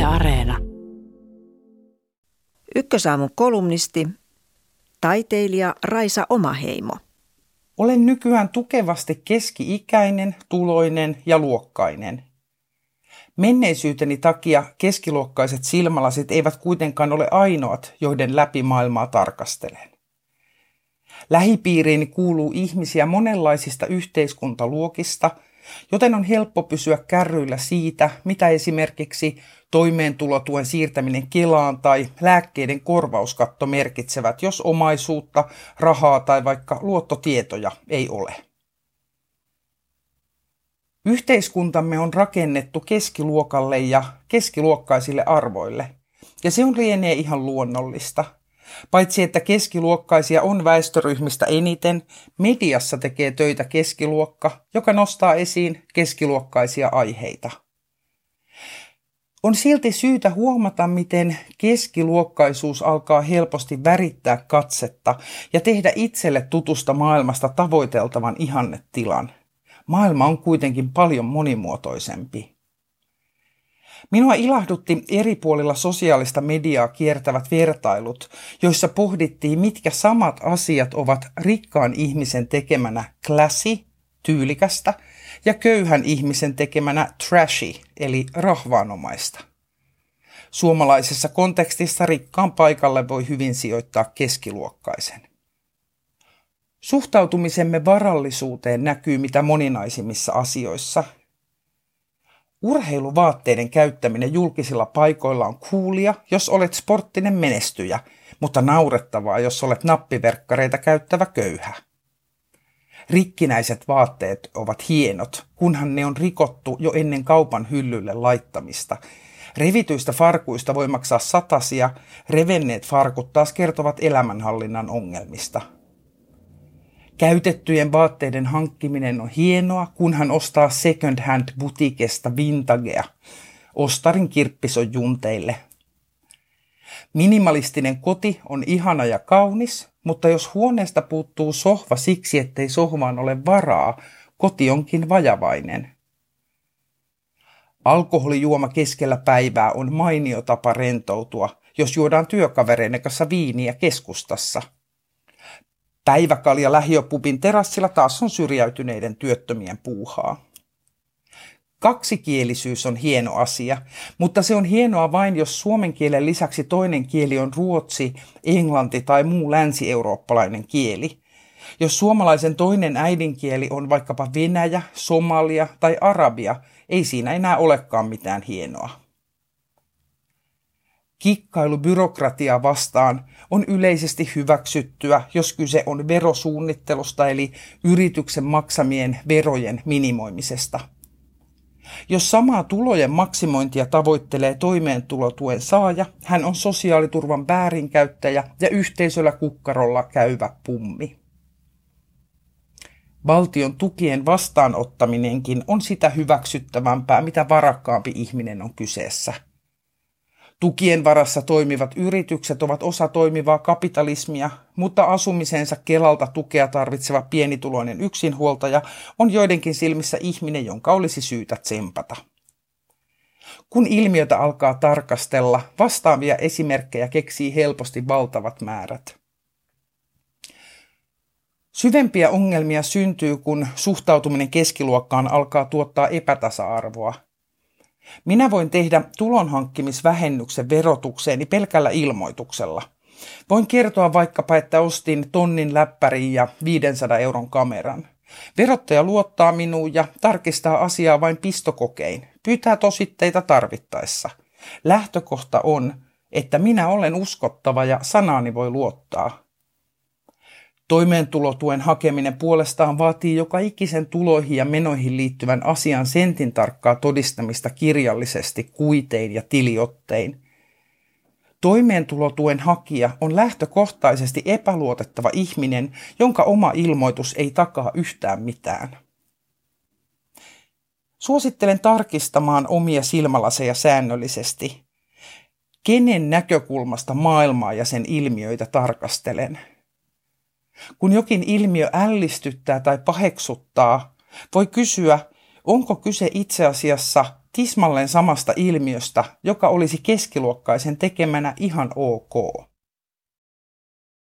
Areena. Ykkösaamun kolumnisti, taiteilija Raisa Omaheimo. Olen nykyään tukevasti keski-ikäinen, tuloinen ja luokkainen. Menneisyyteni takia keskiluokkaiset silmälasit eivät kuitenkaan ole ainoat, joiden läpi maailmaa tarkastelen. Lähipiiriini kuuluu ihmisiä monenlaisista yhteiskuntaluokista, joten on helppo pysyä kärryillä siitä, mitä esimerkiksi toimeentulotuen siirtäminen Kelaan tai lääkkeiden korvauskatto merkitsevät, jos omaisuutta, rahaa tai vaikka luottotietoja ei ole. Yhteiskuntamme on rakennettu keskiluokalle ja keskiluokkaisille arvoille, ja se on lienee ihan luonnollista. Paitsi että keskiluokkaisia on väestöryhmistä eniten, mediassa tekee töitä keskiluokka, joka nostaa esiin keskiluokkaisia aiheita. On silti syytä huomata, miten keskiluokkaisuus alkaa helposti värittää katsetta ja tehdä itselle tutusta maailmasta tavoiteltavan ihannetilan. Maailma on kuitenkin paljon monimuotoisempi. Minua ilahdutti eri puolilla sosiaalista mediaa kiertävät vertailut, joissa pohdittiin, mitkä samat asiat ovat rikkaan ihmisen tekemänä classy, tyylikästä, ja köyhän ihmisen tekemänä trashy, eli rahvaanomaista. Suomalaisessa kontekstissa rikkaan paikalle voi hyvin sijoittaa keskiluokkaisen. Suhtautumisemme varallisuuteen näkyy mitä moninaisimmissa asioissa. Urheiluvaatteiden käyttäminen julkisilla paikoilla on coolia, jos olet sporttinen menestyjä, mutta naurettavaa, jos olet nappiverkkareita käyttävä köyhä. Rikkinäiset vaatteet ovat hienot, kunhan ne on rikottu jo ennen kaupan hyllylle laittamista. Revityistä farkuista voi maksaa satasia, revenneet farkut taas kertovat elämänhallinnan ongelmista. Käytettyjen vaatteiden hankkiminen on hienoa, kunhan ostaa second hand butikesta vintagea. Ostarin kirppis on junteille. Minimalistinen koti on ihana ja kaunis, mutta jos huoneesta puuttuu sohva siksi, ettei sohvaan ole varaa, koti onkin vajavainen. Alkoholijuoma keskellä päivää on mainio tapa rentoutua, jos juodaan työkavereiden kanssa viiniä keskustassa. Päiväkalja lähiöpubin terassilla taas on syrjäytyneiden työttömien puuhaa. Kaksikielisyys on hieno asia, mutta se on hienoa vain, jos suomen kielen lisäksi toinen kieli on ruotsi, englanti tai muu länsi-eurooppalainen kieli. Jos suomalaisen toinen äidinkieli on vaikkapa venäjä, somalia tai arabia, ei siinä enää olekaan mitään hienoa. Kikkailu byrokratiaa vastaan on yleisesti hyväksyttyä, jos kyse on verosuunnittelusta eli yrityksen maksamien verojen minimoimisesta. Jos samaa tulojen maksimointia tavoittelee toimeentulotuen saaja, hän on sosiaaliturvan väärinkäyttäjä ja yhteisöllä kukkarolla käyvä pummi. Valtion tukien vastaanottaminenkin on sitä hyväksyttävämpää, mitä varakkaampi ihminen on kyseessä. Tukien varassa toimivat yritykset ovat osa toimivaa kapitalismia, mutta asumisensa Kelalta tukea tarvitseva pienituloinen yksinhuoltaja on joidenkin silmissä ihminen, jonka olisi syytä tsempata. Kun ilmiötä alkaa tarkastella, vastaavia esimerkkejä keksii helposti valtavat määrät. Syvempiä ongelmia syntyy, kun suhtautuminen keskiluokkaan alkaa tuottaa epätasa-arvoa. Minä voin tehdä tulonhankkimisvähennyksen verotukseeni pelkällä ilmoituksella. Voin kertoa vaikkapa, että ostin 1,000 läppärin ja 500 euron kameran. Verottaja luottaa minuun ja tarkistaa asiaa vain pistokokein. Pyytää tositteita tarvittaessa. Lähtökohta on, että minä olen uskottava ja sanaani voi luottaa. Toimeentulotuen hakeminen puolestaan vaatii joka ikisen tuloihin ja menoihin liittyvän asian sentin tarkkaa todistamista kirjallisesti kuitein ja tiliottein. Toimeentulotuen hakija on lähtökohtaisesti epäluotettava ihminen, jonka oma ilmoitus ei takaa yhtään mitään. Suosittelen tarkistamaan omia silmälaseja säännöllisesti. Kenen näkökulmasta maailmaa ja sen ilmiöitä tarkastelen? Kun jokin ilmiö ällistyttää tai paheksuttaa, voi kysyä, onko kyse itse asiassa tismalleen samasta ilmiöstä, joka olisi keskiluokkaisen tekemänä ihan ok.